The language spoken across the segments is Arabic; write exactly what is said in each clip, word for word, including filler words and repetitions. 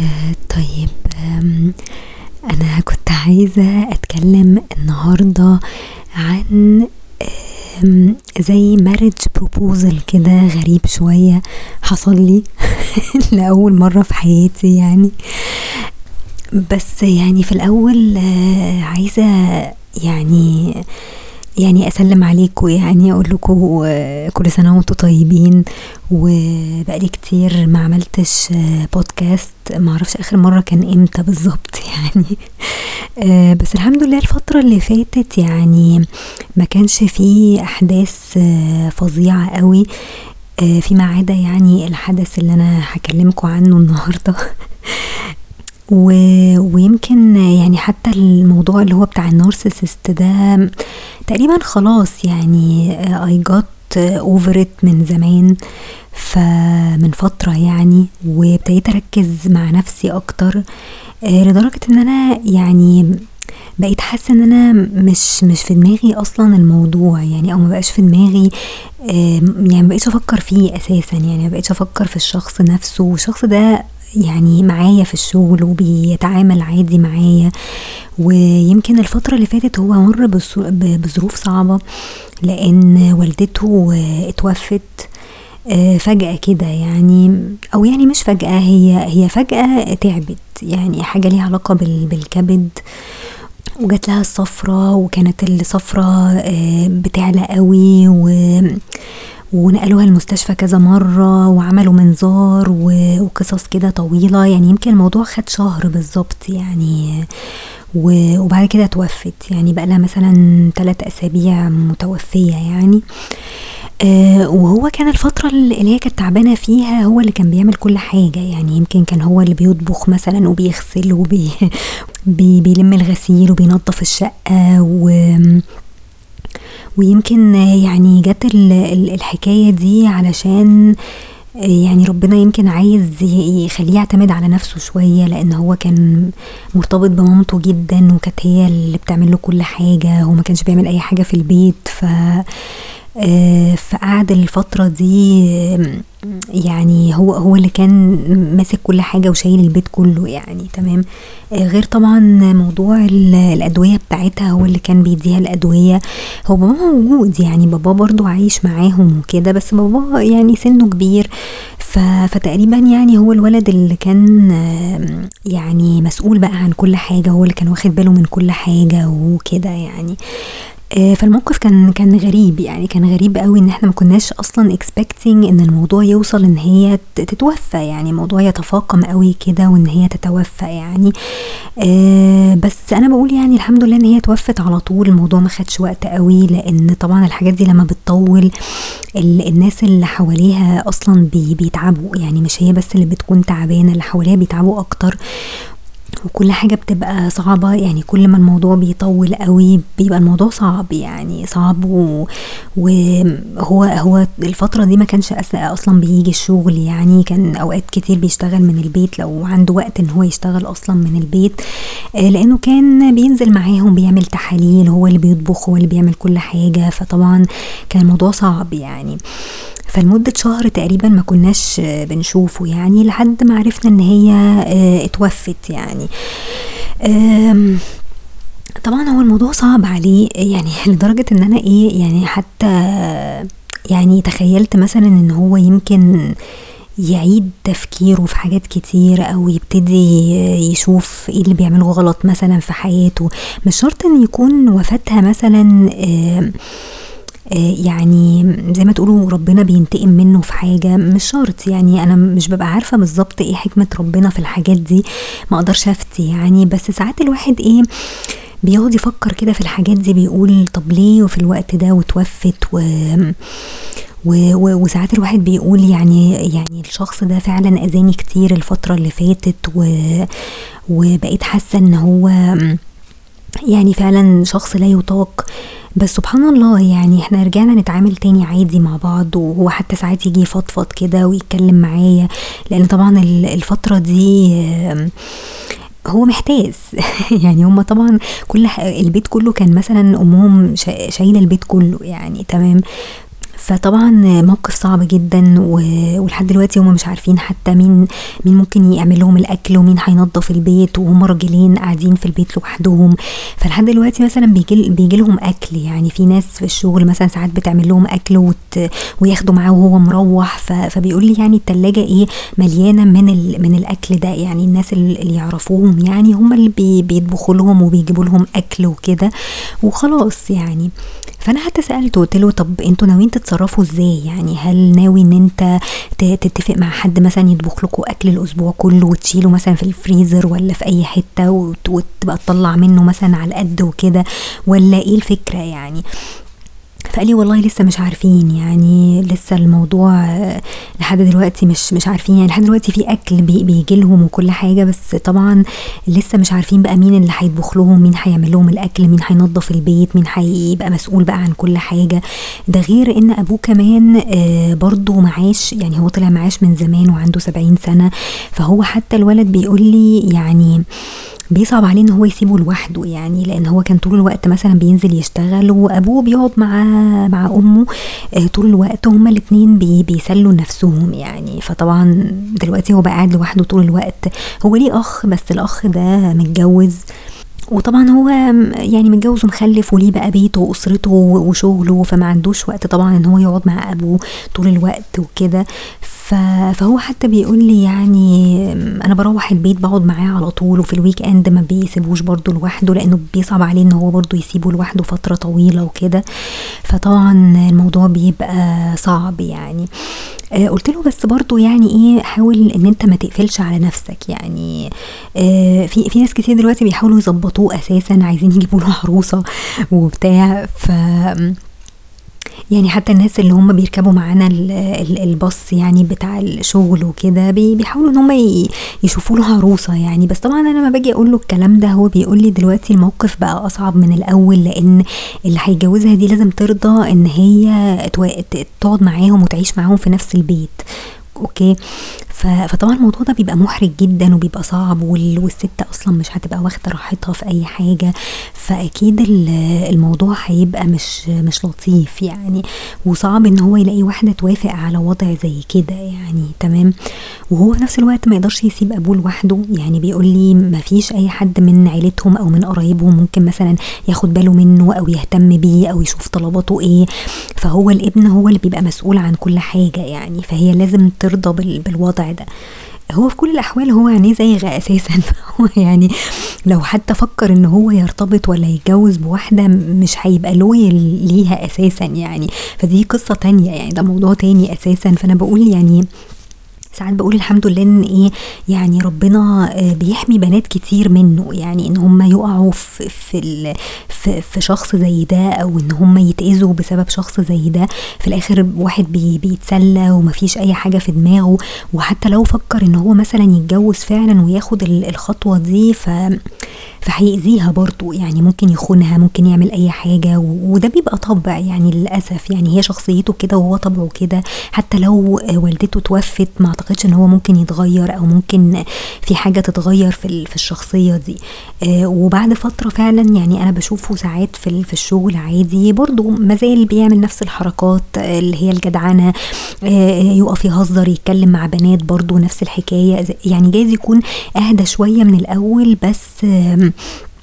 آه طيب آم، أنا كنت عايزة أتكلم النهاردة عن آم، زي marriage proposal كده غريب شوية حصل لي لأول مرة في حياتي يعني. بس يعني في الأول آه، عايزة يعني يعني أسلم عليكم، يعني أقول لكم كل سنة وانتم طيبين. وبقالي كتير ما عملتش آه، بودكاست، ما اعرفش آخر مرة كان امتى بالظبط يعني. آه، بس الحمد لله الفترة اللي فاتت يعني ما كانش فيه أحداث آه، فظيعة قوي، آه، فيما عدا يعني الحدث اللي أنا هكلمكم عنه النهاردة. و... ويمكن يعني حتى الموضوع اللي هو بتاع النارسيسست ده تقريبا خلاص يعني I got over it من زمان، فمن فترة يعني، وابتديت أركز مع نفسي أكتر، آه، لدرجة ان انا يعني بقيت حاسة ان انا مش مش في دماغي اصلا الموضوع يعني، او ما بقاش في دماغي. آم، يعني ما بقيتش افكر فيه اساسا، يعني ما بقيتش افكر في الشخص نفسه، والشخص ده يعني معايا في الشغل وبيتعامل عادي معايا. ويمكن الفترة اللي فاتت هو مر بص- ب- بظروف صعبة، لان والدته آه، اتوفت آه، فجأة كده يعني، او يعني مش فجأة، هي هي فجأة تعبت، يعني حاجة ليها علاقة بال- بالكبد، وجات لها الصفرة، وكانت الصفرة آه، بتعلى قوي، و ونقلوها المستشفى كذا مرة، وعملوا منظار و- وقصص كده طويلة، يعني يمكن الموضوع خد شهر بالظبط يعني. و- وبعد كده توفت، يعني بقى لها مثلا ثلاث أسابيع متوفية يعني. آه وهو كان الفترة اللي هي كانت تعبانة فيها هو اللي كان بيعمل كل حاجة، يعني يمكن كان هو اللي بيطبخ مثلا وبيغسل وبي بي بيلم الغسيل وبينظف الشقة، و ويمكن يعني جت ال- ال- الحكاية دي علشان يعني ربنا يمكن عايز ي- يخليه يعتمد على نفسه شوية، لأن هو كان مرتبط بمامته جدا، وكانت هي اللي بتعمل له كل حاجة، هو ما كانش بيعمل أي حاجة في البيت. ف آه، فقعد الفترة دي آم، يعني هو هو اللي كان ماسك كل حاجة وشايل البيت كله يعني، تمام. آه، غير طبعا موضوع ال- الأدوية بتاعتها، هو اللي كان بيديها الأدوية. هو بابا موجود يعني، بابا برضو عايش معاهم وكده، بس بابا يعني سنه كبير. ف... فتقريبا يعني هو الولد اللي كان آم، يعني مسؤول بقى عن كل حاجة، هو اللي كان واخد باله من كل حاجة وكده يعني. آه، فالموقف كان كان غريب، يعني كان غريب قوي ان احنا ما كناش اصلا expecting ان الموضوع يوصل ان هي ت- تتوفى، يعني الموضوع يتفاقم قوي كده وان هي تتوفى يعني. آه، بس انا بقول يعني الحمد لله ان هي توفت على طول، الموضوع ما خدش وقت قوي، لان طبعا الحاجات دي لما بتطول ال- الناس اللي حواليها اصلا بي بيتعبوا، يعني مش هي بس اللي بتكون تعبانة، اللي حواليها بيتعبوا اكتر، وكل حاجة بتبقى صعبة، يعني كل ما الموضوع بيطول قوي بيبقى الموضوع صعب، يعني صعب. و- وهو هو الفترة دي ما كانش أس- أصلا بيجي الشغل، يعني كان أوقات كتير بيشتغل من البيت لو عنده وقت إن هو يشتغل أصلا من البيت، آه، لأنه كان بينزل معاهم بيعمل تحاليل، هو اللي بيطبخ، هو اللي بيعمل كل حاجة، فطبعا كان الموضوع صعب يعني. فلمدة شهر تقريبا ما كناش آه، بنشوفه، يعني لحد ما عرفنا ان هي آه، اتوفت يعني. آم، طبعا هو الموضوع صعب عليه يعني لدرجة ان انا ايه يعني، حتى يعني تخيلت مثلا ان هو يمكن يعيد تفكيره في حاجات كتير، او يبتدي يشوف ايه اللي بيعمله غلط مثلا في حياته. مش شرط ان يكون وفاتها مثلا آم، آه، يعني زي ما تقولوا ربنا بينتقم منه في حاجة، مش شرط يعني، انا مش ببقى عارفة بالظبط ايه حكمة ربنا في الحاجات دي، ما اقدرش افتي يعني. بس ساعات الواحد ايه بيقعد يفكر كده في الحاجات دي، بيقول طب ليه وفي الوقت ده وتوفت، و... و... و... وساعات الواحد بيقول يعني يعني الشخص ده فعلا اذاني كتير الفترة اللي فاتت، و... وبقيت حاسة ان هو يعني فعلا شخص لا يطاق. بس سبحان الله يعني احنا رجعنا نتعامل تاني عادي مع بعض، وهو حتى ساعات يجي يفضفض كده ويتكلم معايا، لان طبعا ال- الفترة دي آم، هو محتاس يعني هما طبعا كل ح- البيت كله كان مثلا امهم شا- شايله البيت كله يعني، تمام. فطبعا موقف صعب جدا، ولحد دلوقتي هم مش عارفين حتى مين مين ممكن يعمل لهم الاكل ومين هينظف البيت، وهم راجلين قاعدين في البيت لوحدهم. فلحد دلوقتي مثلا بيجي بيجي لهم اكل، يعني في ناس في الشغل مثلا ساعات بتعمل لهم اكل وت... وياخدوا معاه وهو مروح. ف... فبيقول لي يعني التلاجة ايه مليانه من ال... من الاكل ده، يعني الناس اللي يعرفوهم يعني هم اللي بي... بيطبخوا لهم وبيجيبوا لهم اكل وكده وخلاص يعني. فانا حتى سالته قلت له طب انتوا ناويين تتصرفوا ازاي؟ يعني هل ناوي ان انت تتفق مع حد مثلا يطبخ لكم اكل الاسبوع كله وتشيله مثلا في الفريزر ولا في اي حته وتبقى تطلع منه مثلا على قد وكده، ولا ايه الفكره يعني؟ فقال لي والله لسه مش عارفين، يعني لسه الموضوع لحد دلوقتي مش مش عارفين، يعني لحد دلوقتي في اكل بي بيجي لهم وكل حاجه، بس طبعا لسه مش عارفين بقى مين اللي هيطبخ لهم، مين هيعمل لهم الاكل، مين هينظف البيت، مين هيبقى مسؤول بقى عن كل حاجه. ده غير ان ابوه كمان برضو معاش، يعني هو طلع معاش من زمان وعنده سبعين سنه، فهو حتى الولد بيقول لي يعني بيصعب عليه ان هو يسيبه لوحده، يعني لان هو كان طول الوقت مثلا بينزل يشتغل وابوه بيقعد مع مع امه طول الوقت، هما الاتنين بي بيسلوا نفسهم يعني. فطبعا دلوقتي هو بقى قاعد لوحده طول الوقت. هو ليه اخ بس الاخ ده متجوز، وطبعا هو يعني متجوز ومخلف وليه بقى بيته واسرته وشغله، فما عندوش وقت طبعا ان هو يقعد مع ابوه طول الوقت وكده. فهو حتى بيقول لي يعني انا بروح البيت بقعد معاه على طول، وفي الويك اند ما بيسيبوش برضو لوحده لانه بيصعب عليه ان هو برضو يسيبه لوحده فترة طويلة وكده. فطبعا الموضوع بيبقى صعب يعني. آه قلت له بس برضو يعني ايه، حاول ان انت ما تقفلش على نفسك، يعني آه في في ناس كتير دلوقتي بيحاولوا يظبطوه اساسا، عايزين يجيبوا له عروسة وبتاع. ف يعني حتى الناس اللي هم بيركبوا معانا الباص يعني بتاع الشغل وكده بيحاولوا ان هم يشوفوا له عروسه يعني. بس طبعا انا ما باجي اقول له الكلام ده هو بيقول لي دلوقتي الموقف بقى اصعب من الاول، لان اللي هيجوزها دي لازم ترضى ان هي تقعد معاهم وتعيش معاهم في نفس البيت. اوكي، فطبعا الموضوع ده بيبقى محرج جدا وبيبقى صعب، والست اصلا مش هتبقى واخده راحتها في اي حاجه، فاكيد الموضوع هيبقى مش مش لطيف يعني، وصعب ان هو يلاقي واحده توافق على وضع زي كده يعني. تمام، وهو في نفس الوقت ما يقدرش يسيب ابوه لوحده، يعني بيقول لي ما فيش اي حد من عيلتهم او من قرايبهم ممكن مثلا ياخد باله منه او يهتم بيه او يشوف طلباته ايه، فهو الابن هو اللي بيبقى مسؤول عن كل حاجه يعني. فهي لازم ترضى بالوضع ده. هو في كل الاحوال هو يعني زيغة اساسا، فهو يعني لو حتى فكر ان هو يرتبط ولا يتجوز بواحدة مش هيبقى لويل ليها اساسا يعني، فدي قصة تانية يعني، ده موضوع تاني اساسا. فانا بقول يعني ساعات بقول الحمد لله ان ايه يعني ربنا بيحمي بنات كتير منه، يعني ان هم يقعوا في في في, في شخص زي ده، او ان هم يتأذوا بسبب شخص زي ده. في الاخر واحد بي بيتسلى ومفيش اي حاجة في دماغه، وحتى لو فكر ان هو مثلا يتجوز فعلا وياخد الخطوة دي ف فهيأذيها برضو، يعني ممكن يخونها، ممكن يعمل اي حاجة، وده بيبقى طبع يعني للأسف، يعني هي شخصيته كده وهو طبعه كده. حتى لو والدته توفت ما اعتقدش ان هو ممكن يتغير، او ممكن في حاجة تتغير في في الشخصية دي. آه وبعد فترة فعلا يعني انا بشوفه ساعات في في الشغل عادي برضو مازال بيعمل نفس الحركات اللي هي الجدعنة، آه يقف يهزر يتكلم مع بنات برضو نفس الحكاية، يعني جايز يكون اهدى شوية من الاول، بس آه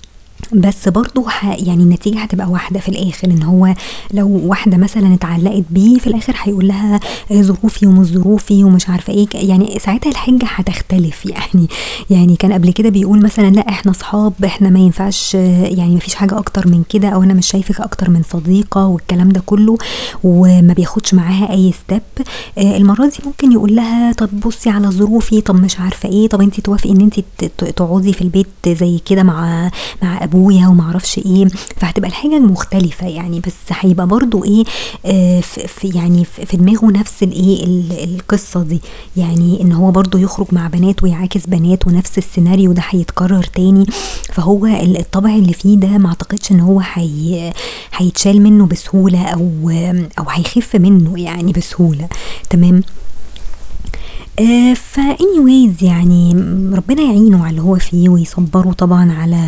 بس برضو يعني النتيجة هتبقى واحدة في الاخر، ان هو لو واحدة مثلا اتعلقت بيه في الاخر هيقول لها ظروفي ومش ظروفي ومش عارفة ايه، يعني ساعتها الحجة هتختلف يعني. يعني كان قبل كده بيقول مثلا لا احنا صحاب، احنا ما ينفعش يعني ما فيش حاجة اكتر من كده، او انا مش شايفك اكتر من صديقة والكلام ده كله، وما بياخدش معاها اي ستيب. المرة دي ممكن يقول لها طب بصي على ظروفي، طب مش عارفة ايه، طب انتي توافقي ان انتي تقعدي في البيت زي كده مع مع ابويا ومعرفش ايه، فهتبقى الحاجة مختلفة يعني. بس هيبقى برضو ايه آه في يعني في دماغه نفس الايه القصة دي، يعني ان هو برضو يخرج مع بنات ويعاكس بنات، ونفس السيناريو ده هيتكرر تاني. فهو الطبع اللي فيه ده ما اعتقدش ان هو هي هيتشال منه بسهولة، او او هيخف منه يعني بسهولة. تمام. آآ فanyways يعني ربنا يعينه على اللي هو فيه ويصبّره طبعًا على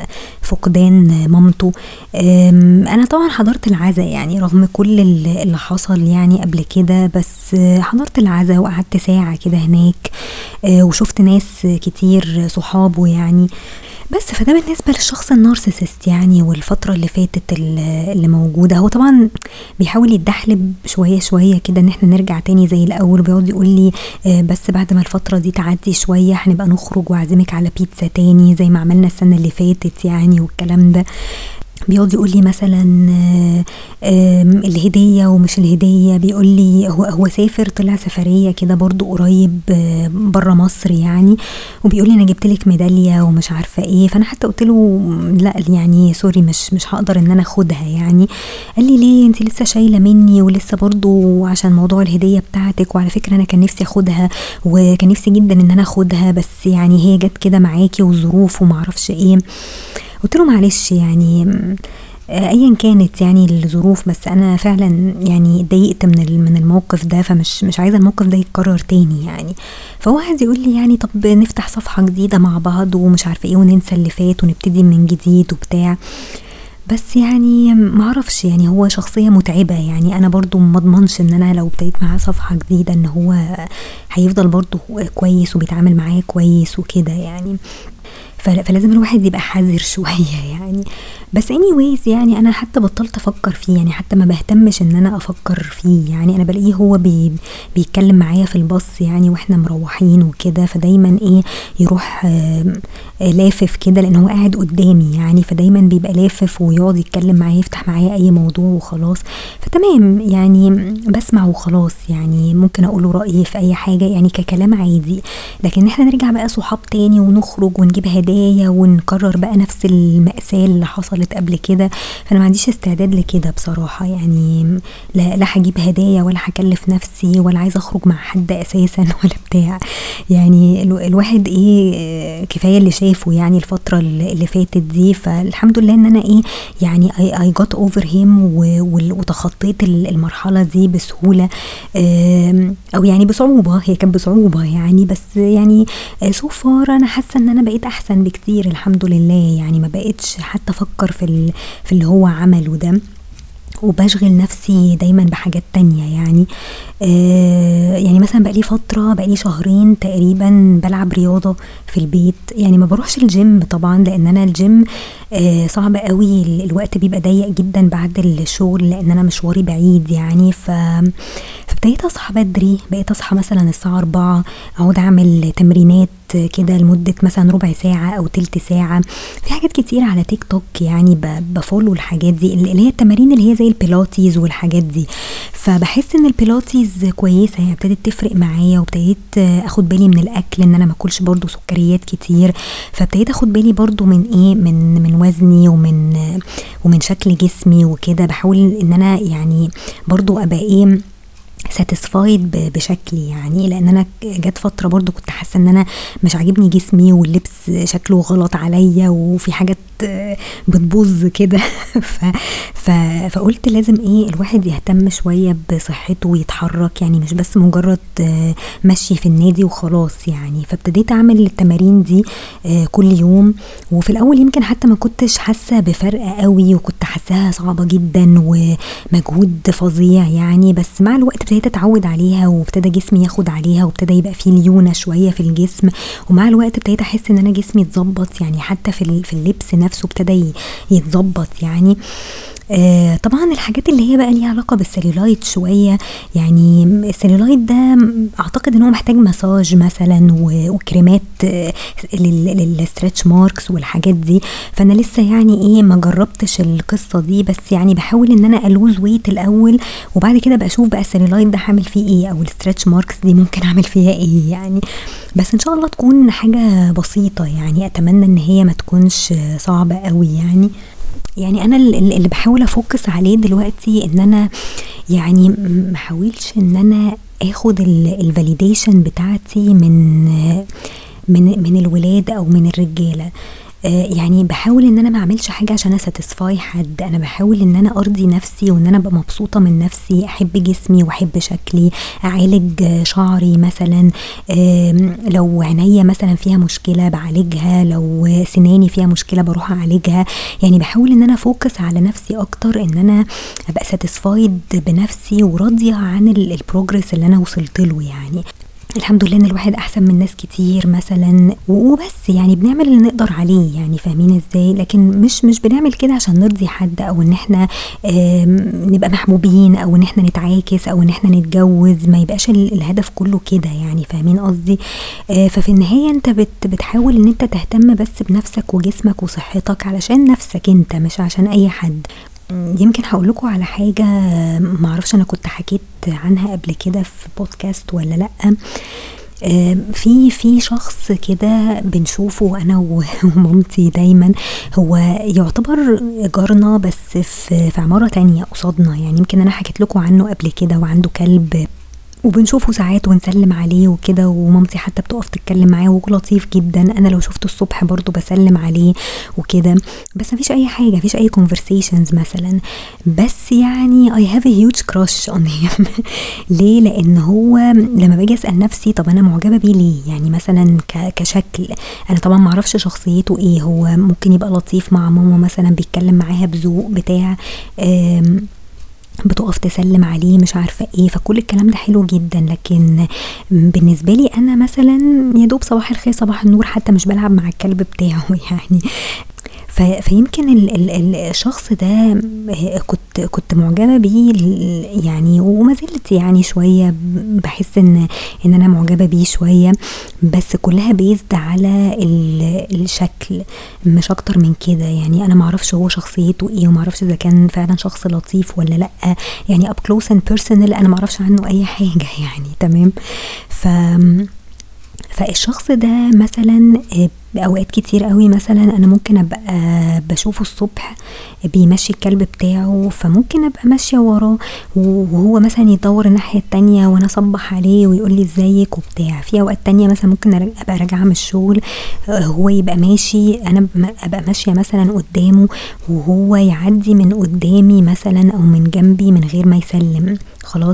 فقدان مامته. آمم أنا طبعًا حضرت العزا يعني رغم كل ال اللي حصل يعني قبل كده، بس حضرت العزا وقعدت ساعة كده هناك، آآ وشُفت ناس كتير صحابه يعني. بس فده بالنسبة للشخص النارسيسست يعني والفترة اللي فاتت ال اللي موجودة. هو طبعًا بيحاول يتدحلب شوية، شوية كده إن إحنا نرجع تاني زي الأول، وبيقعد يقول لي آآ بس بعد ما الفترة دي تعدّي شوية هنبقى نخرج واعزمِك على بيتزا تاني زي ما عملنا السنة اللي فاتت يعني والكلام ده. بيقعد يقول لي مثلًا آمم الهدية ومش الهدية، بيقول لي هو هو سافر طلع سفرية كده برضه قريب برّه مصر يعني، وبيقول لي أنا جبت لِك ميدالية ومش عارفة إيه. فأنا حتى قُلت له لأ يعني sorry مش مش هاقدر إن أنا آخُدها يعني. قال لي: "ليه أنتِ لسه شايلة منّي ولسه برضه عشان موضوع الهدية بتاعتِك، وعلى فكرة أنا كان نِفْسي آخُدها وكان نِفْسي جدًا إن أنا آخُدها بس يعني هي جات كده معاكِ والظروف وما أعرفش إيه." قُلت له: "معلش يعني م أيًا كانت يعني الظروف، بس أنا فعلًا يعني اتضايقت من ال من الموقف ده، فمش مش عايزة الموقف ده يتكرر تاني يعني." فهو قعد يقول لي يعني: "طب نفتح صفحة جديدة مع بعض ومش عارفة إيه وننسى اللي فات ونبتدي من جديد وبتاع." بس يعني ما أعرفش يعني هو شخصية متعبة يعني، أنا برضه ما أضمنش إن أنا لو ابتديت معاه صفحة جديدة إن هو هيفضل برضه كويس وبيتعامل معايا كويس وكده يعني. فل فلازم الواحد يبقى حذر شوية يعني. بس anyways يعني أنا حتى بطّلت أفكّر فيه، يعني حتى ما باهتمش إن أنا أفكّر فيه، يعني أنا بالاقيه هو بي بيتكلّم معايا في الباص يعني وإحنا مروّحين وكده، فدايمًا إيه يروح آمم لافف كده لإن هو قاعد قدّامي يعني، فدايمًا بيبقى لافف ويقعد يتكلّم معايا يفتح معايا أي موضوع وخلاص. فتمام يعني باسمع وخلاص يعني، ممكن أقول له رأيي في أي حاجة يعني ككلام عادي، لكن إحنا نرجع بقى صحاب تاني ونخرج ونجيب هدايا ونكرر بقى نفس المأساة اللي حصلت قبل كده، فأنا ما عنديش استعداد لكده بصراحة يعني. لا لا هاجيب هدايا ولا هاكلف نفسي ولا عايزة أخرج مع حد أساسًا ولا بتاع. يعني ال الواحد إيه كفاية اللي شافه يعني الفترة اللي فاتت دي، فالحمد لله إن أنا إيه يعني I I got over him و وال وتخطيت ال المرحلة دي بسهولة، آمم أو يعني بصعوبة، هي كانت بصعوبة يعني، بس يعني so far أنا حاسة إن أنا بقيت أحسن بكتير الحمد لله يعني، ما بقيتش حتى أفكر في ال في اللي هو عمله ده، وباشغل نفسي دايمًا بحاجات تانية يعني. آآ يعني مثلًا بقى لي فترة بقى لي شهرين تقريبًا بالعب رياضة في البيت، يعني ما باروحش الgym طبعًا لإن أنا الgym آآ صعب أوي ال الوقت بيبقى ضيّق جدًا بعد الشغل لإن أنا مشواري بعيد يعني، ف فابتديت أصحى بدري، بقيت أصحى مثلًا الساعة أربعة أقعد أعمل تمرينات كده لمدة مثلًا ربع ساعة أو تِلت ساعة. في حاجات كتير على تيك توك يعني ب باfollow الحاجات دي ال اللي هي التمارين اللي هي زي البيلاتيز والحاجات دي، فباحس إن البيلاتيز كويسة يعني ابتدت تفرق معايا، وابتديت آخد بالي من الأكل إن أنا ما آكلش برضه سكريات كتير، فابتديت آخد بالي برضه من إيه من من وزني ومن ومن شكل جسمي وكده، باحاول إن أنا يعني برضه أبقى إيه satisfied ب بشكلي يعني، لإن أنا جات فترة برضه كنت حاسة إن أنا مش عاجبني جسمي واللبس شكله غلط عليَّ وفي حاجات بتبوظ كده ف ف فقُلت لازم إيه الواحد يهتم شوية بصحته ويتحرك، يعني مش بس مجرد مشي في النادي وخلاص يعني. فابتديت أعمل التمارين دي كل يوم، وفي الأول يمكن حتى ما كنتش حاسة بفرق أوي وكنت حاساها صعبة جدًا ومجهود فظيع يعني، بس مع الوقت ابتديت أتعود عليها وابتدى جسمي ياخد عليها وابتدى يبقى في ليونة شوية في الجسم، ومع الوقت ابتديت أحس إن أنا جسمي اتضبط يعني، حتى في ال في اللبس نفسه ابتدى يتضبط يعني. آآ طبعًا الحاجات اللي هي بقى ليها علاقة بالcellulite شوية، يعني الcellulite ده أعتقد إن هو محتاج مساج مثلًا و وكريمات لل للstretch marks والحاجات دي، فأنا لسه يعني إيه ما جربتش القصة دي، بس يعني باحاول إن أنا أlose weight الأول وبعد كده أبقى أشوف بقى الcellulite ده هاعمل فيه إيه، أو الstretch marks دي ممكن أعمل فيها إيه يعني، بس إن شاء الله تكون حاجة بسيطة يعني، أتمنى إن هي ما تكونش صعبة أوي يعني. يعني أنا ال ال اللي باحاول أفوكس عليه دلوقتي إن أنا يعني ما احاولش إن أنا آخد ال الvalidation بتاعتي من من من الولاد أو من الرجالة. آه، يعني باحاول إن أنا ما اعملش حاجة عشان أساتسفاي حد، أنا باحاول إن أنا أرضي نفسي وإن أنا أبقى مبسوطة من نفسي، أحب جسمي وأحب شكلي، أعالج آه، شعري مثلًا، آمم، لو عينيّا مثلًا فيها مشكلة باعالجها، لو سناني فيها مشكلة باروح أعالجها، يعني باحاول إن أنا أفوكس على نفسي أكتر، إن أنا أبقى satisfied بنفسي وراضية عن ال الprogress اللي أنا وصلت له يعني. الحمد لله إن الواحد أحسن من ناس كتير مثلًا، و وبس يعني بنعمل اللي نقدر عليه يعني فاهمين إزاي؟ لكن مش مش بنعمل كده عشان نرضي حد أو إن إحنا آمم، نبقى محبوبين أو إن إحنا نتعاكس أو إن إحنا نتجوز، ما يبقاش ال الهدف كله كده يعني فاهمين قصدي؟ آآ، ففي النهاية أنت بت بتحاول إن أنت تهتم بس بنفسك وجسمك وصحتك علشان نفسك أنت مش عشان أي حد. إمم، يمكن هاقول لكم على حاجة ما أعرفش أنا كنت حكيت عنها قبل كده في podcast والّا لأ. آمم، في في شخص كده بنشوفه أنا و ومامتي دايمًا، هو يعتبر جارنا بس في في عمارة تانية قصادنا، يعني يمكن أنا حكيت لكم عنه قبل كده، وعنده كلب وبنشوفه ساعات ونسلم عليه وكده، ومامتي حتى بتقف تتكلم معاه وهو لطيف جدًا، أنا لو شُفته الصبح برضه باسلم عليه وكده، بس ما فيش أي حاجة، ما فيش أي conversations مثلًا، بس يعني I have a huge crush on him. ليه؟ لإن هو لمّا باجي أسأل نفسي طب أنا معجبة بيه ليه؟ يعني مثلًا ك كشكل، أنا طبعًا ما أعرفش شخصيته إيه، هو ممكن يبقى لطيف مع ماما مثلًا بيتكلم معاها بذوق بتاع، آمم بتقف تسلم عليه مش عارفة إيه، فكل الكلام ده حلو جدًا، لكن بالنسبة لي أنا مثلًا يا دوب صباح الخير صباح النور، حتى مش بالعب مع الكلب بتاعه يعني. ف فيمكن ال ال ال الشخص ده ه كنت كنت معجبة بيه ل يعني وما زلت يعني شوية ب باحس إن إن أنا معجبة بيه شوية، بس كلها based على ال الشكل مش أكتر من كده، يعني أنا ما أعرفش هو شخصيته إيه وما أعرفش إذا كان فعلًا شخص لطيف والّا لأ، يعني up close and personal أنا ما أعرفش عنه أي حاجة يعني تمام. ف فالشخص ده مثلًا آآ أوقات كتير أوي مثلًا أنا ممكن أبقى باشوفه الصبح بيمشّي الكلب بتاعه، فممكن أبقى ماشية وراه وهو مثلًا يدوّر الناحية التانية وأنا أصبّح عليه ويقول لي إزيِك وبتاع، في أوقات تانية مثلًا ممكن أر أبقى راجعة من الشغل، آآ هو يبقى ماشي أنا م أبقى ماشية مثلًا قدّامه وهو يعدّي من قدّامي مثلًا أو من جنبي من غير ما يسلّم، خلاص.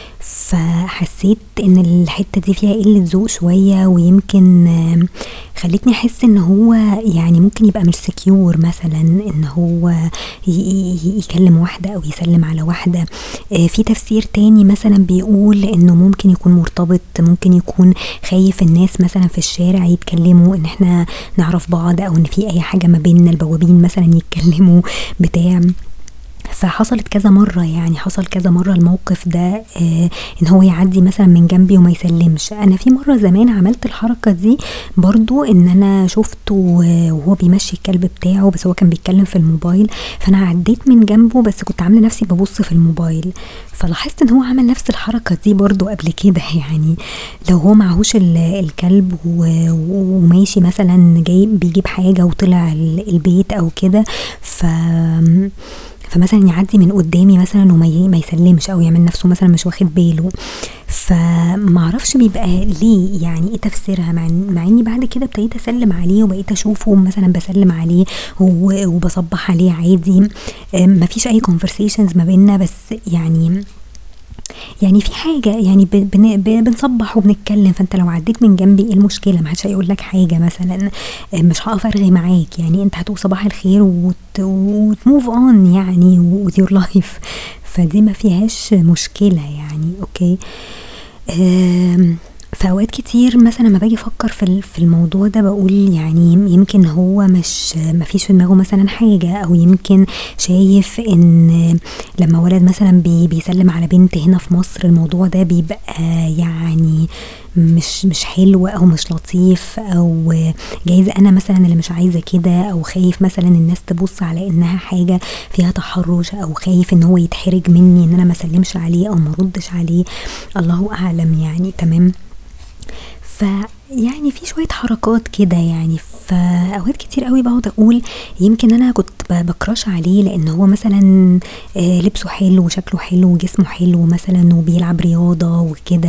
فحسيت إن الحتّة دي فيها قِلّة ذوق شوية، ويمكن آمم خلّتني أحس إن هو يعني ممكن يبقى مش secure مثلًا، إن هو ي ي يكلّم واحدة أو يسلّم على واحدة. آآ في تفسير تاني مثلًا بيقول إنه ممكن يكون مرتبط، ممكن يكون خايف الناس مثلًا في الشارع يتكلّموا إن إحنا نعرف بعض أو إن في أي حاجة ما بيننا، البوابين مثلًا يتكلّموا بتاع. فحصلت كذا مرّة يعني، حصل كذا مرّة الموقف ده، آآ إن هو يعدّي مثلًا من جنبي وما يسلّمش. أنا في مرّة زمان عملت الحركة دي برضه، إن أنا شُفته وهو بيمشّي الكلب بتاعه، بس هو كان بيتكلّم في الموبايل، فأنا عدّيت من جنبه بس كنت عاملة نَفْسي بابُص في الموبايل، فلاحظت إن هو عمل نَفْس الحركة دي برضه قبل كده يعني. لو هو معهوش ال الكلب و وماشي مثلًا جاي بيجيب حاجة وطلع ال البيت أو كده، ف آمم فمثلًا يعدّي من قدّامي مثلًا وما ي ما يسلّمش أو يعمل نَفْسه مثلًا مش واخد باله، فما أعرفش بيبقى ليه، يعني إيه تفسيرها، مع إن مع إني بعد كده ابتديت أسلّم عليه وبقيت أشوفه مثلًا باسلّم عليه و وباصبّح عليه عادي، آآ ما فيش أي conversations ما بيننا، بس يعني يعني في حاجة يعني ب بن ب بنصبّح وبنتكلّم، فأنت لو عدّيت من جنبي إيه المشكلة؟ ما حدش هيقول لك حاجة مثلًا، آآ مش هاقف أرغي معاك، يعني أنت هتقول صباح الخير وت وتmove on يعني with your life. فدي ما فيهاش مشكلة يعني، أوكي. آمم في أوقات كتير مثلًا أمّا باجي أفكّر في ال في الموضوع ده باقول يعني يم يمكن هو مش ما فيش في دماغه مثلًا حاجة، أو يمكن شايف إن لمّا ولد مثلًا بي بيسلّم على بنت هنا في مصر الموضوع ده بيبقى يعني مش مش حلو أو مش لطيف، أو جايز أنا مثلًا اللي مش عايزة كده، أو خايف مثلًا الناس تبُص على إنها حاجة فيها تحرُّش، أو خايف إن هو يتحرج منّي إن أنا ما أسلّمش عليه أو ما أردّش عليه، الله أعلم يعني، تمام. فيعني في شوية حركات كده يعني، فأوقات كتير أوي باقعد أقول يمكن أنا كنت ب- بكراش عليه لان هو مثلا آه، لبسه حلو وشكله حلو وجسمه حلو مثلا وبيلعب رياضة وكده.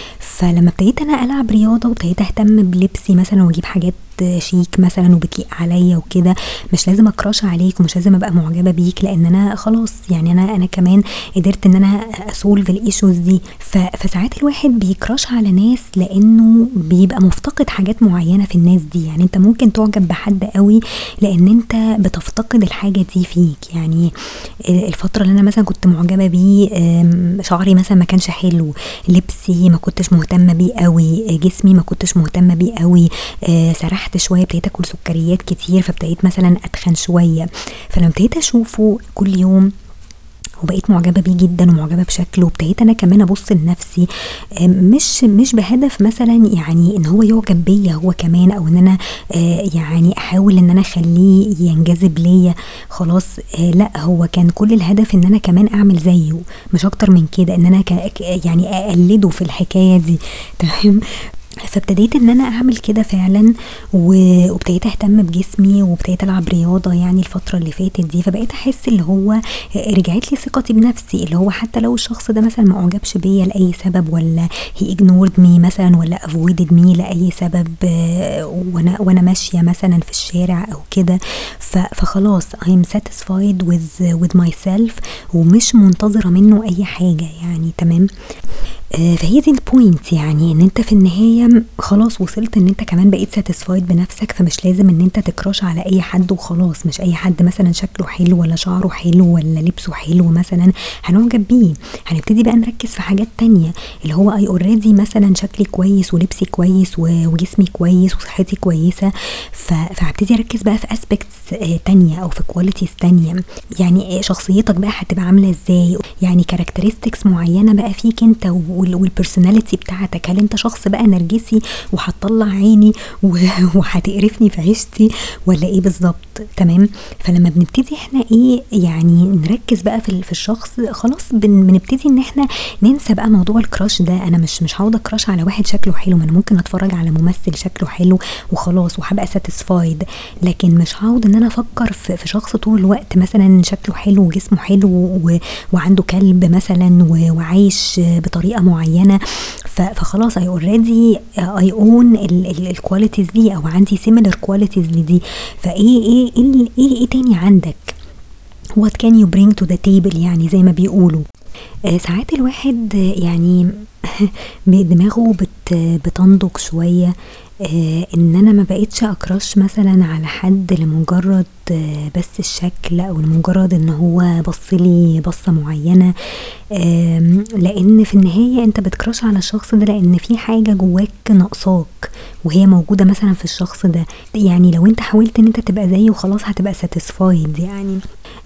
فلما ابتديت انا العب رياضة وابتديت اهتم بلبسي مثلا واجيب حاجات شيك مثلا وبتليق عليا وكده، مش لازم اكراش عليك ومش لازم ابقى معجبه بيك، لان انا خلاص يعني انا انا كمان قدرت ان انا اسولف الايشوز دي. ف- فساعات الواحد بيكراش على ناس لانه بيبقى مفتقد حاجات معينه في الناس دي. يعني انت ممكن تعجب بحد قوي لان انت بتفتقد الحاجه دي فيك. يعني الفتره اللي انا مثلا كنت معجبه بيه، أم، شعري مثلا ما كانش حلو، لبسي ما كنتش مهتمه بيه قوي، جسمي ما كنتش مهتمه بيه قوي، آه، سرحت شويه، ابتديت اكل سكريات كتير فابتديت مثلا اتخن شويه. فلما ابتديت اشوفه كل يوم وبقيت معجبه بيه جدا ومعجبه بشكله، وابتديت انا كمان ابص لنفسي، آه، مش مش بهدف مثلا يعني ان هو يعجب بيا هو كمان، او ان انا آه، يعني احاول ان انا اخليه ينجذب ليا خلاص. آه، لا، هو كان كل الهدف ان انا كمان اعمل زيه، مش اكتر من كده، ان انا ك- ك- يعني اقلده في الحكايه دي. تمام. فابتديت ان انا اعمل كده فعلا، و- وابتديت اهتم بجسمي وابتديت العب رياضه يعني الفتره اللي فاتت دي. فبقيت احس اللي هو رجعت لي ثقتي بنفسي، اللي هو حتى لو الشخص ده مثلا ما اعجبش بيا لاي سبب، ولا هي ignored me مثلا، ولا avoided me لاي سبب، آه، وانا وانا ماشيه مثلا في الشارع او كده، ف- فخلاص I'm satisfied with with myself ومش منتظره منه اي حاجه يعني. تمام. آه، فهي دي البوينت، يعني ان انت في النهاية خلاص وصلت ان انت كمان بقيت ساتسفايد بنفسك، فمش لازم ان انت تكراش على اي حد وخلاص. مش اي حد مثلا شكله حلو ولا شعره حلو ولا لبسه حلو مثلا هنعجب بيه. هنبتدي بقى نركز في حاجات تانية، اللي هو اي اوريدي مثلا شكلي كويس ولبسي كويس و- وجسمي كويس وصحتي كويسة، ف- فهبتدي اركز بقى في اسبكتس تانية او في كواليتيز تانية. يعني شخصيتك بقى هتبقى عاملة ازاي، يعني كاركترستكس معينة بقى فيك انت والبرسوناليتي بتاعتك. هل انت شخص بقى نرجسي وهتطلع عيني و- وهتقرفني في عيشتي، ولا ايه بالظبط؟ تمام. فلما بنبتدي احنا ايه يعني نركز بقى في ال- في الشخص، خلاص بن- بنبتدي ان احنا ننسى بقى موضوع الكراش ده. انا مش مش هقعد اكراش على واحد شكله حلو، ما انا ممكن اتفرج على ممثل شكله حلو وخلاص وهبقى ساتيسفايد، لكن مش هقعد ان انا افكر في في شخص طول الوقت مثلا شكله حلو وجسمه حلو و- وعنده كلب مثلا و- وعايش بطريقه معينه. ف- فخلاص I already I own الكواليتيز دي، او عندي similar كواليتيز لدي. فايه ايه ايه ايه, إيه تاني عندك؟ what can you bring to the table يعني زي ما بيقولوا. آه، ساعات الواحد آه، يعني دماغه بت بتنضج شوية. آه، ان انا ما بقيتش اكرش مثلا على حد لمجرد آه، بس الشكل، او لمجرد ان هو بصلي بصة معينة. آم، لان في النهاية انت بتكرش على الشخص ده لان في حاجة جواك ناقصاك وهي موجودة مثلا في الشخص ده. يعني لو انت حاولت ان انت تبقى زيه خلاص هتبقى satisfied يعني.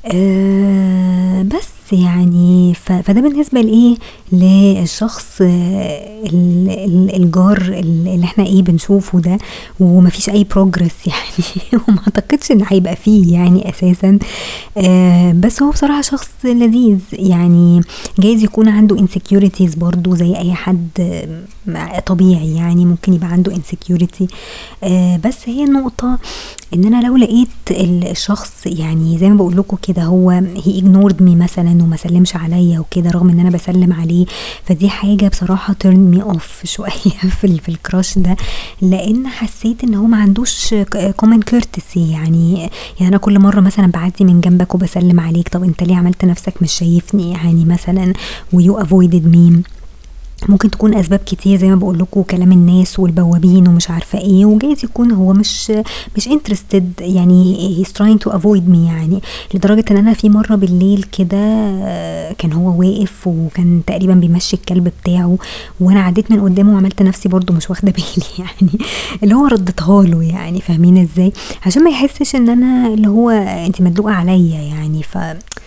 آه بس يعني ف- فده بالنسبة لإيه للشخص آه، ال- ال- الجار اللي احنا ايه بنشوفه ده، ومفيش اي بروجرس يعني وما اعتقدش ان هيبقى فيه يعني اساسا. آه بس هو بصراحة شخص لذيذ يعني. جايز يكون عنده insecurities برضو زي اي حد آه، طبيعي، يعني ممكن يبقى عنده insecurity. آه بس هي النقطة ان انا لو لقيت ال- الشخص يعني زي ما بقول لكم كده هو he ignored me مثلا وما سلمش عليا وكده رغم ان انا بسلم عليه، فدي حاجة بصراحة turn me off شوية في ال- في الكراش ده، لان حسيت ان هو ما عندوش ك- common courtesy. يعني يعني انا كل مرة مثلا بعدي من جنبك وبسلم عليك، طب انت ليه عملت نفسك مش شايفني يعني مثلا و you avoided me؟ ممكن تكون اسباب كتير زي ما بقول لكم، كلام الناس والبوابين ومش عارفه ايه، وجايز يكون هو مش مش interested يعني he's trying to avoid me. يعني لدرجه ان انا في مره بالليل كده آه، كان هو واقف وكان تقريبا بيمشي الكلب بتاعه، وانا عديت من قدامه وعملت نفسي برضو مش واخده بالي يعني اللي هو ردتها له يعني، فاهمين ازاي؟ عشان ما يحسش ان انا اللي هو انت مدلوقه عليا يعني. ف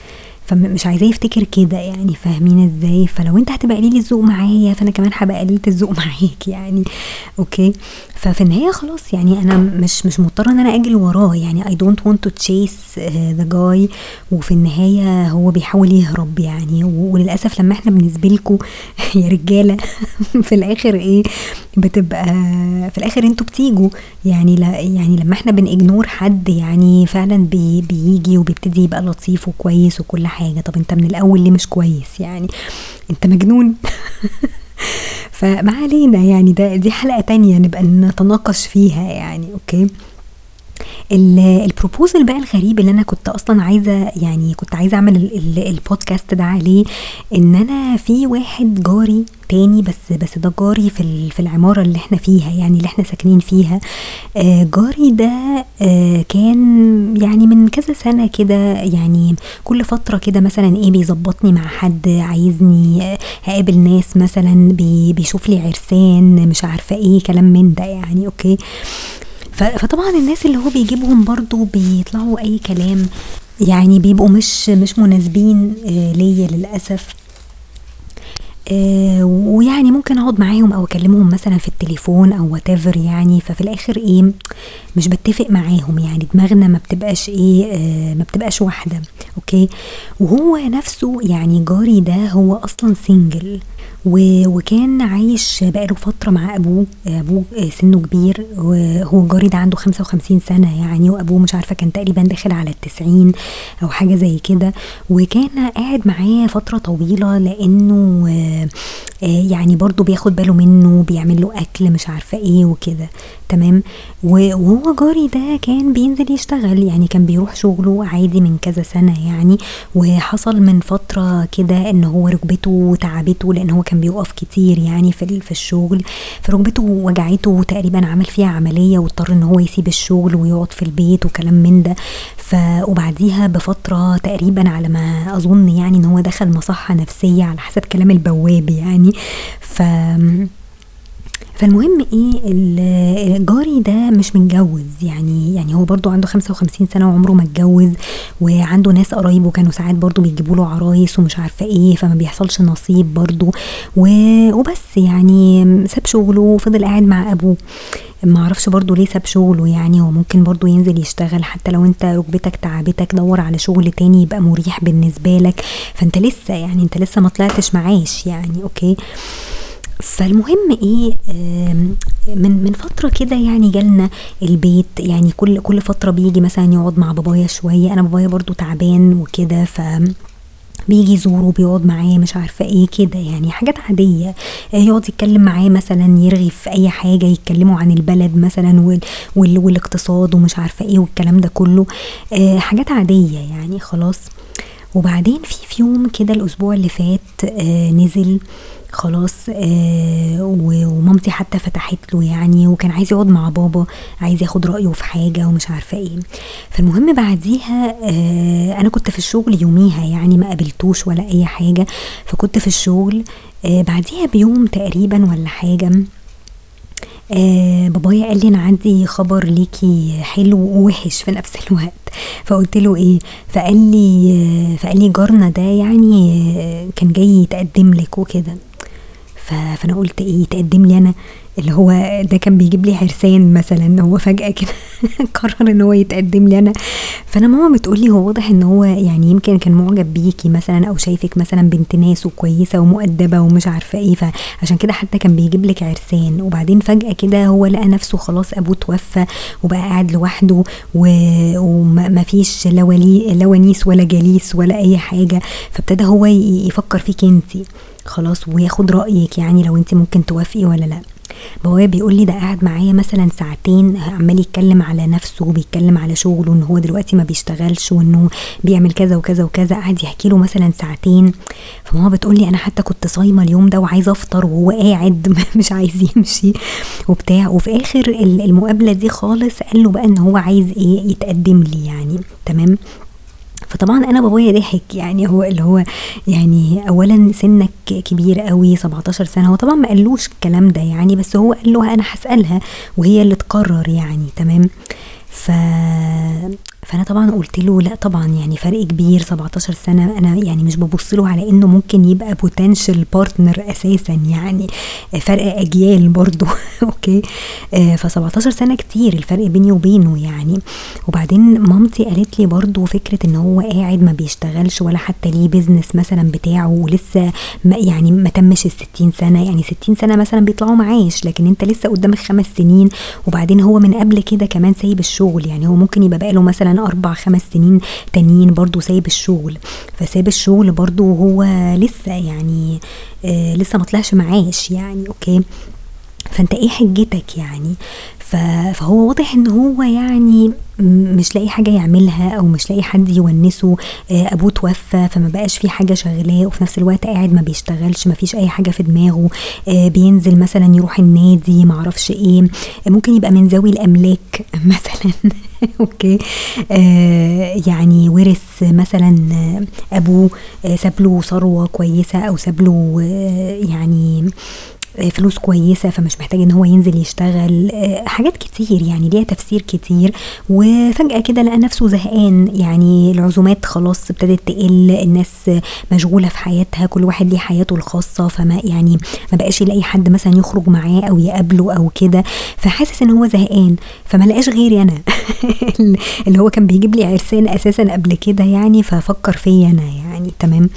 فمش عايزاه يفتكر كده يعني، فاهمين ازاي؟ فلو انت هتبقى قليل الذوق معايا فانا كمان هبقى قليلة الذوق معاك يعني. اوكي، ففي النهاية خلاص يعني انا مش مش مضطرة ان انا اجري وراه يعني. I don't want to chase uh, the guy، وفي النهاية هو بيحاول يهرب يعني. وللأسف لما احنا بالنسبة لكم يا رجالة في الاخر ايه بتبقى في الاخر انتوا بتيجوا يعني. لا يعني لما احنا بنجنور حد يعني فعلا بي بيجي وبيبتدي يبقى لطيف وكويس وكل حاجة. طب انت من الاول ليه مش كويس يعني؟ انت مجنون. فما علينا يعني، ده دي حلقة تانية نبقى نتناقش فيها يعني. اوكي، البروبوزل بقى الغريب اللي انا كنت اصلا عايزه يعني كنت عايزه اعمل ال- ال- البودكاست ده عليه، ان انا في واحد جاري تاني، بس بس ده جاري في ال- في العماره اللي احنا فيها يعني، اللي احنا ساكنين فيها. آه جاري ده آه كان يعني من كذا سنه كده يعني، كل فتره كده مثلا ايه بيظبطني مع حد عايزني آه هقابل ناس مثلا، بي بيشوف لي عرسان مش عارفه ايه كلام من ده يعني. اوكي، فطبعا الناس اللي هو بيجيبهم برضو بيطلعوا اي كلام يعني، بيبقوا مش مش مناسبين آه ليا للأسف. آه ويعني ممكن اقعد معاهم او اكلمهم مثلا في التليفون او whatever يعني. ففي الاخر ايه مش بتفق معاهم يعني، دماغنا ما بتبقاش ايه آه ما بتبقاش واحدة. اوكي، وهو نفسه يعني جاري ده هو اصلا سنجل، وكان عايش بقاله فترة مع أبوه. أبوه سنه كبير، وهو جاري ده عنده خمسة وخمسين سنة يعني، وأبوه مش عارفة كان تقريبا داخل على التسعين أو حاجة زي كده. وكان قاعد معاه فترة طويلة لأنه يعني برضو بياخد باله منه، بيعمل له أكل مش عارفة إيه وكده. تمام، وهو جاري ده كان بينزل يشتغل يعني، كان بيروح شغله عادي من كذا سنة يعني. وحصل من فترة كده ان هو ركبته تعبته، لان هو كان بيوقف كتير يعني في في الشغل، فركبته وجعته تقريبا، عمل فيها عملية واضطر ان هو يسيب الشغل ويقعد في البيت وكلام من ده. ف وبعديها بفترة تقريبا على ما اظن يعني ان هو دخل مصحة نفسية على حسب كلام البواب يعني. ف فالمهم ايه الجاري ده مش متجوز يعني يعني هو برضو عنده خمسة وخمسين سنة وعمره ما اتجوز، وعنده ناس قرايبه كانوا ساعات برضو بيجيبوا له عرايس ومش عارفة ايه، فما بيحصلش نصيب برضو. وبس يعني ساب شغله وفضل قاعد مع ابوه. ما اعرفش برضو ليه ساب شغله يعني، وممكن برضو ينزل يشتغل. حتى لو انت ركبتك تعبتك دور على شغل تاني يبقى مريح بالنسبة لك، فانت لسه يعني انت لسه ما طلعتش معاش يعني. اوكي، فالمهم ايه من من فتره كده يعني جالنا البيت يعني، كل كل فتره بيجي مثلا يقعد مع بابايا شويه. انا بابايا برضو تعبان وكده، ف بيجي يزوره بيقعد معاه مش عارفه ايه كده يعني، حاجات عاديه. يقعد يتكلم معاه مثلا، يرغي في اي حاجه، يتكلموا عن البلد مثلا وال وال والاقتصاد ومش عارفه ايه والكلام ده كله، حاجات عاديه يعني. خلاص، وبعدين في في يوم كده الاسبوع اللي فات آه نزل خلاص، آه ومامتي حتى فتحت له يعني، وكان عايز يقعد مع بابا، عايز ياخد رأيه في حاجة ومش عارفة ايه. فالمهم بعديها آه انا كنت في الشغل يوميها يعني، ما قابلتوش ولا اي حاجة، فكنت في الشغل. آه بعديها بيوم تقريبا ولا حاجة، آه بابايا قال لي انا عندي خبر ليكي حلو ووحش في نفس الوقت. فقلت له ايه؟ فقال لي آه فقال لي جارنا ده يعني آه كان جاي يتقدم لك وكده. فانا قلت ايه يتقدم لي انا؟ اللي هو ده كان بيجيب لي عرسان مثلا، هو فجأة كده قرر ان هو يتقدم لي انا. فانا ماما بتقولي هو واضح ان هو يعني يمكن كان معجب بيكي مثلا، او شايفك مثلا بنت ناس وكويسة ومؤدبة ومش عارفة ايه، فعشان كده حتى كان بيجيب لك عرسان. وبعدين فجأة كده هو لقى نفسه خلاص ابوه توفى وبقى قاعد لوحده، وما فيش لا ولي لا ونيس ولا جليس ولا اي حاجة، فابتدى هو يفكر فيك انتي خلاص وياخد رأيك يعني لو انت ممكن توافقي ولا لا. بابايا بيقول لي ده قاعد معايا مثلا ساعتين عمال يتكلم على نفسه وبيتكلم على شغله، ان هو دلوقتي ما بيشتغلش وانه بيعمل كذا وكذا وكذا، قاعد يحكي له مثلا ساعتين. فماما بتقول لي انا حتى كنت صايمه اليوم ده وعايزه افطر وهو قاعد مش عايز يمشي وبتاع. وفي اخر المقابله دي خالص قال له بقى ان هو عايز ايه يتقدم لي يعني. تمام، فطبعا انا بابايا ضحك يعني، هو اللي هو يعني اولا سنك كبير قوي سبعتاشر سنه، هو طبعا ما قالوش الكلام ده يعني، بس هو قال له انا هسالها وهي اللي تقرر يعني. تمام، ف فانا طبعا قلت له لا طبعا، يعني فرق كبير سبعتاشر سنه، انا يعني مش ببص له على انه ممكن يبقى بوتنشال بارتنر اساسا، يعني فرق اجيال برضو اوكي. ف سبعتاشر سنه كتير الفرق بيني وبينه يعني. وبعدين مامتي قالت لي برضو فكره ان هو قاعد ما بيشتغلش ولا حتى ليه بيزنس مثلا بتاعه، ولسه ما يعني ما تمش الستين سنه، يعني ستين سنه مثلا بيطلعوا معاش، لكن انت لسه قدامك خمس سنين. وبعدين هو من قبل كده كمان سايب الشغل، يعني هو ممكن يبقى بقاله مثلا اربع خمس سنين تانيين برضو سايب الشغل، فسايب الشغل برضو وهو لسه يعني آه لسه ما طلعش معاش يعني. اوكي، فانت ايه حجتك يعني؟ فهو واضح ان هو يعني مش لاقي حاجه يعملها او مش لاقي حد يونسه، ابوه توفى فما بقاش في حاجه شغلاه، وفي نفس الوقت قاعد ما بيشتغلش، ما فيش اي حاجه في دماغه، بينزل مثلا يروح النادي، ما اعرفش ايه، ممكن يبقى من ذوي الاملاك مثلا اوكي. آه يعني ورث مثلا ابوه ساب له ثروه كويسه، او ساب له يعني فلوس كويسة، فمش محتاج ان هو ينزل يشتغل، حاجات كتير يعني ليها تفسير كتير. وفجأة كده لقى نفسه زهقان، يعني العزومات خلاص ابتدت تقل، الناس مشغولة في حياتها، كل واحد ليه حياته الخاصة، فما يعني ما بقاش يلاقي حد مثلا يخرج معاه او يقابله او كده، فحاسس ان هو زهقان، فما لقاش غيري انا اللي هو كان بيجيب لي عرسان اساسا قبل كده يعني، ففكر فيا انا يعني. تمام.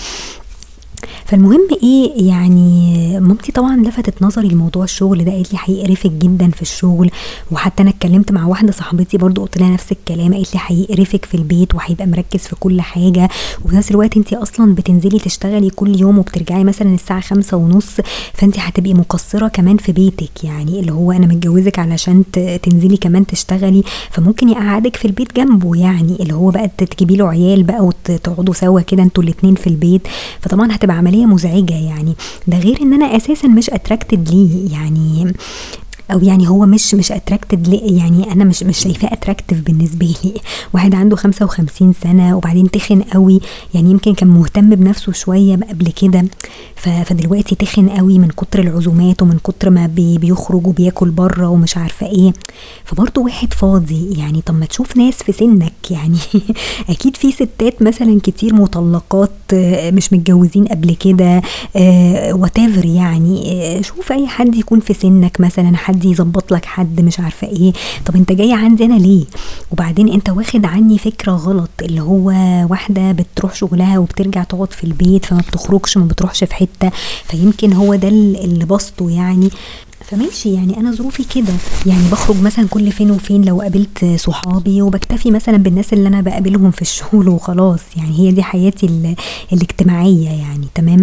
فالمهم ايه يعني، مامتي طبعا لفتت نظري لموضوع الشغل ده، قالت لي هيقرفك جدا في الشغل. وحتى انا اتكلمت مع واحده صاحبتي برضو قلت لها نفس الكلام، قالت لي هيقرفك في البيت وهيبقى مركز في كل حاجه، وفي نفس الوقت انت اصلا بتنزلي تشتغلي كل يوم وبترجعي مثلا الساعه خمسة ونص، فانت هتبقي مقصره كمان في بيتك، يعني اللي هو انا متجوزك علشان تنزلي كمان تشتغلي، فممكن يقعدك في البيت جنبه، يعني اللي هو بقى تجيبي له عيال بقى وتقعدوا سوا كده انتوا الاتنين في البيت، فطبعا هتبقى عمليه مزعجه يعني. ده غير ان انا اساسا مش اتراكتد ليه يعني، او يعني هو مش مش اتراكتد ليه، يعني انا مش مش شايفاه اتراكتيف بالنسبه لي. واحد عنده خمسة وخمسين سنه وبعدين تخن قوي، يعني يمكن كان مهتم بنفسه شويه قبل كده، فدلوقتي تخن قوي من كتر العزومات ومن كتر ما بي بيخرج وبياكل بره ومش عارفه ايه. فبرضه واحد فاضي يعني، طب ما تشوف ناس في سنك يعني اكيد في ستات مثلا كتير مطلقات مش متجوزين قبل كده whatever يعني، شوف اي حد يكون في سنك مثلا، حد يظبط لك حد مش عارفه ايه. طب انت جاي عندي انا ليه؟ وبعدين انت واخد عني فكره غلط، اللي هو واحده بتروح شغلها وبترجع تقعد في البيت، فما بتخرجش ما بتروحش في حته، فيمكن هو ده اللي بسطه يعني. فماشي يعني انا ظروفي كده، يعني بخرج مثلا كل فين وفين لو قابلت صحابي، وبكتفي مثلا بالناس اللي انا بقابلهم في الشغل وخلاص، يعني هي دي حياتي الاجتماعيه يعني. تمام.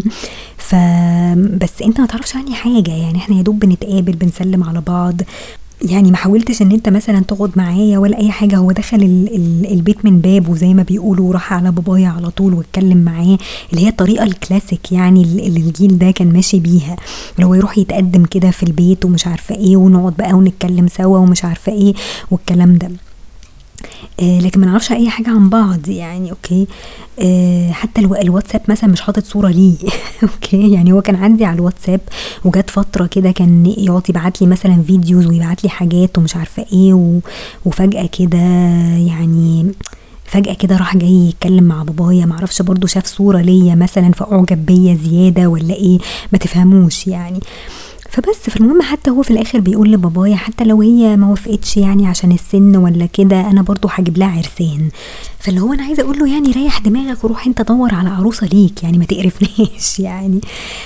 فبس انت ما تعرفش عني حاجه، يعني احنا يا دوب بنتقابل بنسلم على بعض، يعني ما حاولتش ان انت مثلا تقعد معايا ولا اي حاجه. هو دخل ال ال البيت من بابه زي ما بيقولوا، وراح على بابايا على طول واتكلم معاه، اللي هي الطريقه الكلاسيك يعني اللي الجيل ده كان ماشي بيها، اللي هو يروح يتقدم كده في البيت ومش عارفه ايه، ونقعد بقى ونتكلم سوا ومش عارفه ايه والكلام ده. آه لكن ما نعرفش اي حاجه عن بعض يعني. اوكي. آه حتى الو... الواتساب مثلا مش حاطط صوره ليه اوكي. يعني هو كان عندي على الواتساب، وجات فتره كده كان يقعد يبعت لي مثلا فيديوز ويبعت لي حاجات ومش عارفه ايه، و... وفجاه كده يعني فجأة كده راح جاي يتكلم مع بابايا، معرفش برضو شاف صورة ليا مثلا فأعجب بيا زيادة ولا ايه، ما تفهموش يعني. فبس في المهم حتى هو في الاخر بيقول لبابايا حتى لو هي ما وافقتش يعني عشان السن ولا كده، انا برضو هجيب لها عرسان. فاللي هو انا عايزه اقول له يعني ريح دماغك وروح انت دور على عروسه ليك، يعني ما تقرفنيش يعني.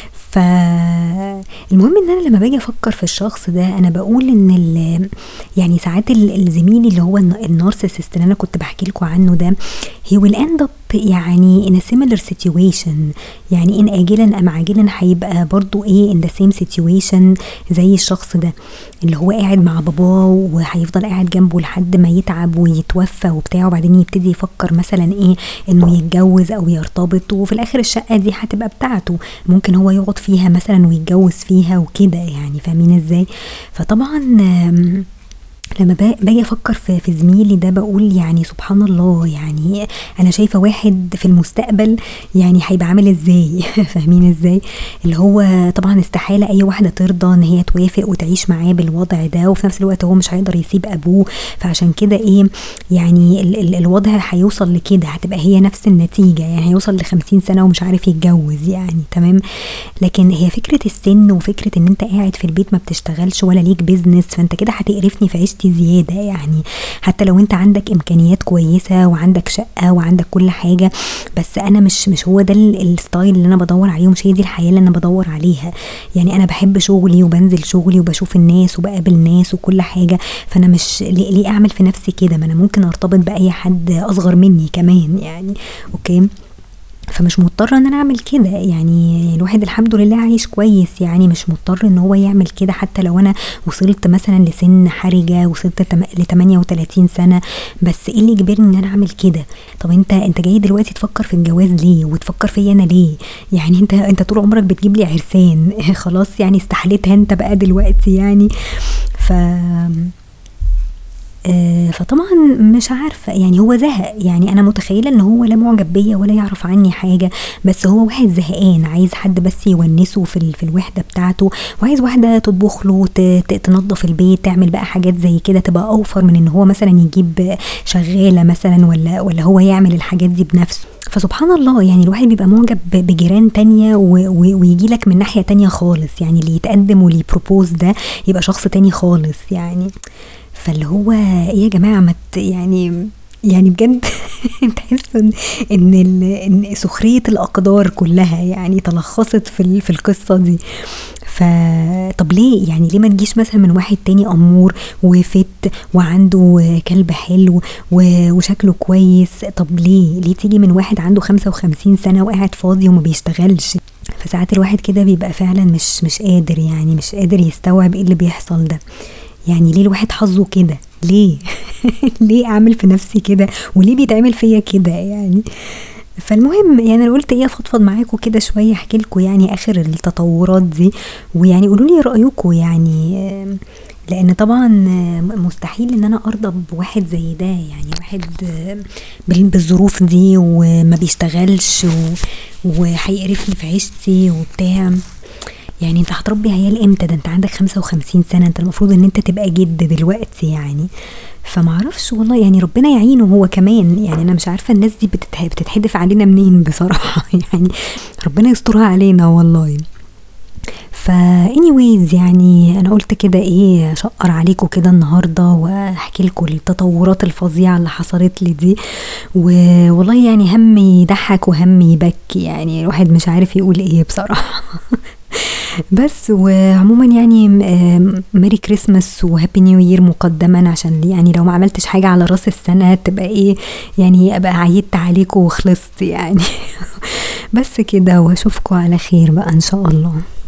فالمهم ان انا لما باجي افكر في الشخص ده، انا بقول ان يعني ساعات الزميل اللي هو النارسيسست اللي انا كنت بحكي لكم عنه ده، he will end up يعني in a similar situation، يعني ان اجلا ام عاجلا هيبقى برضو ايه in the same situation زي الشخص ده، اللي هو قاعد مع باباه وهيفضل قاعد جنبه لحد ما يتعب ويتوفى وبتاع، وبعدين يبتدي يفكر مثلا ايه انه يتجوز او يرتبط، وفي الاخر الشقه دي هتبقى بتاعته، ممكن هو يقعد فيها مثلا ويتجوز فيها وكده يعني، فاهمين ازاي؟ فطبعا لما با- باجي افكر في في زميلي ده بقول يعني سبحان الله، يعني انا شايفه واحد في المستقبل يعني هيبقى عامل ازاي فاهمين ازاي؟ اللي هو طبعا استحاله اي واحده ترضى ان هي توافق وتعيش معاه بالوضع ده، وفي نفس الوقت هو مش هيقدر يسيب ابوه. فعشان كده ايه، يعني ال ال الوضع هيوصل لكده، هتبقى هي نفس النتيجه، يعني هيوصل لخمسين سنه ومش عارف يتجوز يعني. تمام. لكن هي فكرة السن وفكرة ان انت قاعد في البيت ما بتشتغلش ولا ليك بيزنس، فانت كده هتقرفني في عيشتي زيادة يعني. حتى لو انت عندك امكانيات كويسة وعندك شقة وعندك كل حاجة، بس انا مش مش هو ده ال- الستايل اللي انا بدور عليه، ومش هي دي الحياة اللي انا بدور عليها. يعني انا بحب شغلي وبنزل شغلي وبشوف الناس وبقابل ناس وكل حاجة، فانا مش ليه, ليه اعمل في نفسي كده؟ ما انا ممكن ارتبط باي حد اصغر مني كمان يعني. اوكي. فمش مضطرة ان انا اعمل كده يعني. الواحد الحمد لله عايش كويس، يعني مش مضطر ان هو يعمل كده. حتى لو انا وصلت مثلا لسن حرجة، وصلت ل تمانية وتلاتين سنة، بس ايه اللي يجبرني ان انا اعمل كده؟ طب انت انت جاي دلوقتي تفكر في الجواز ليه؟ وتفكر فيا انا ليه؟ يعني انت انت طول عمرك بتجيب لي عرسان خلاص يعني استحليتها انت بقى دلوقتي يعني. ف آه، فطبعا مش عارفة يعني، هو زهق يعني. أنا متخيلة إن هو لا معجب بيا ولا يعرف عني حاجة، بس هو واحد زهقان عايز حد بس يونسه في ال- في الوحدة بتاعته، وعايز واحدة تطبخ له، ت- ت- تنظف البيت، تعمل بقى حاجات زي كده تبقى أوفر من إن هو مثلا يجيب شغالة مثلا، ولا ولا هو يعمل الحاجات دي بنفسه. فسبحان الله يعني، الواحد بيبقى معجب ب- بجيران تانية، ويجي لك من ناحية تانية خالص يعني. اللي يتقدم واللي يبروبوز ده يبقى شخص تاني خالص يعني. فاللي هو ايه يا جماعة، ما ت- يعني يعني بجد تحس ان ان ال- ان سخرية الاقدار كلها يعني تلخصت في ال- في القصة دي. فطب ليه يعني؟ ليه ما تجيش مثلا من واحد تاني امور وفت وعنده كلب حلو و- وشكله كويس؟ طب ليه ليه تيجي من واحد عنده خمسة وخمسين سنة وقاعد فاضي وما بيشتغلش؟ فساعات الواحد كده بيبقى فعلا مش مش قادر يعني، مش قادر يستوعب ايه اللي بيحصل ده. يعني ليه الواحد حظه كده؟ ليه ليه اعمل في نفسي كده؟ وليه بيتعمل فيا كده يعني؟ فالمهم يعني انا قلت ايه، افضفض معاكم كده شويه، احكي لكم يعني اخر التطورات دي، ويعني قولوا لي رايكم يعني. آم، لان طبعا آم، مستحيل ان انا ارضى بواحد زي ده يعني. واحد آم، بال- بالظروف دي وما بيشتغلش و- وهيقرفني في عيشتي وبتاع. يعني انت هتربي عيال امتى؟ ده انت عندك خمسة وخمسين سنة، انت المفروض ان انت تبقى جد دلوقتي يعني. فمعرفش والله يعني، ربنا يعينه هو كمان يعني. انا مش عارفة الناس دي بتتح- بتتحدف علينا منين بصراحة يعني. ربنا يسترها علينا والله. فا anyways يعني انا قلت كده ايه، اشقر عليكم كده النهارده واحكي لكم التطورات الفظيعه اللي حصلت لي دي. والله يعني هم يضحك وهم يبكي يعني، الواحد مش عارف يقول ايه بصراحه بس وعموما يعني م- ميري كريسماس وهابي نيو يير مقدما، عشان يعني لو ما عملتش حاجة على راس السنة تبقى ايه يعني، ابقى عيدت عليكم وخلصت يعني بس كده، واشوفكم على خير بقى ان شاء الله.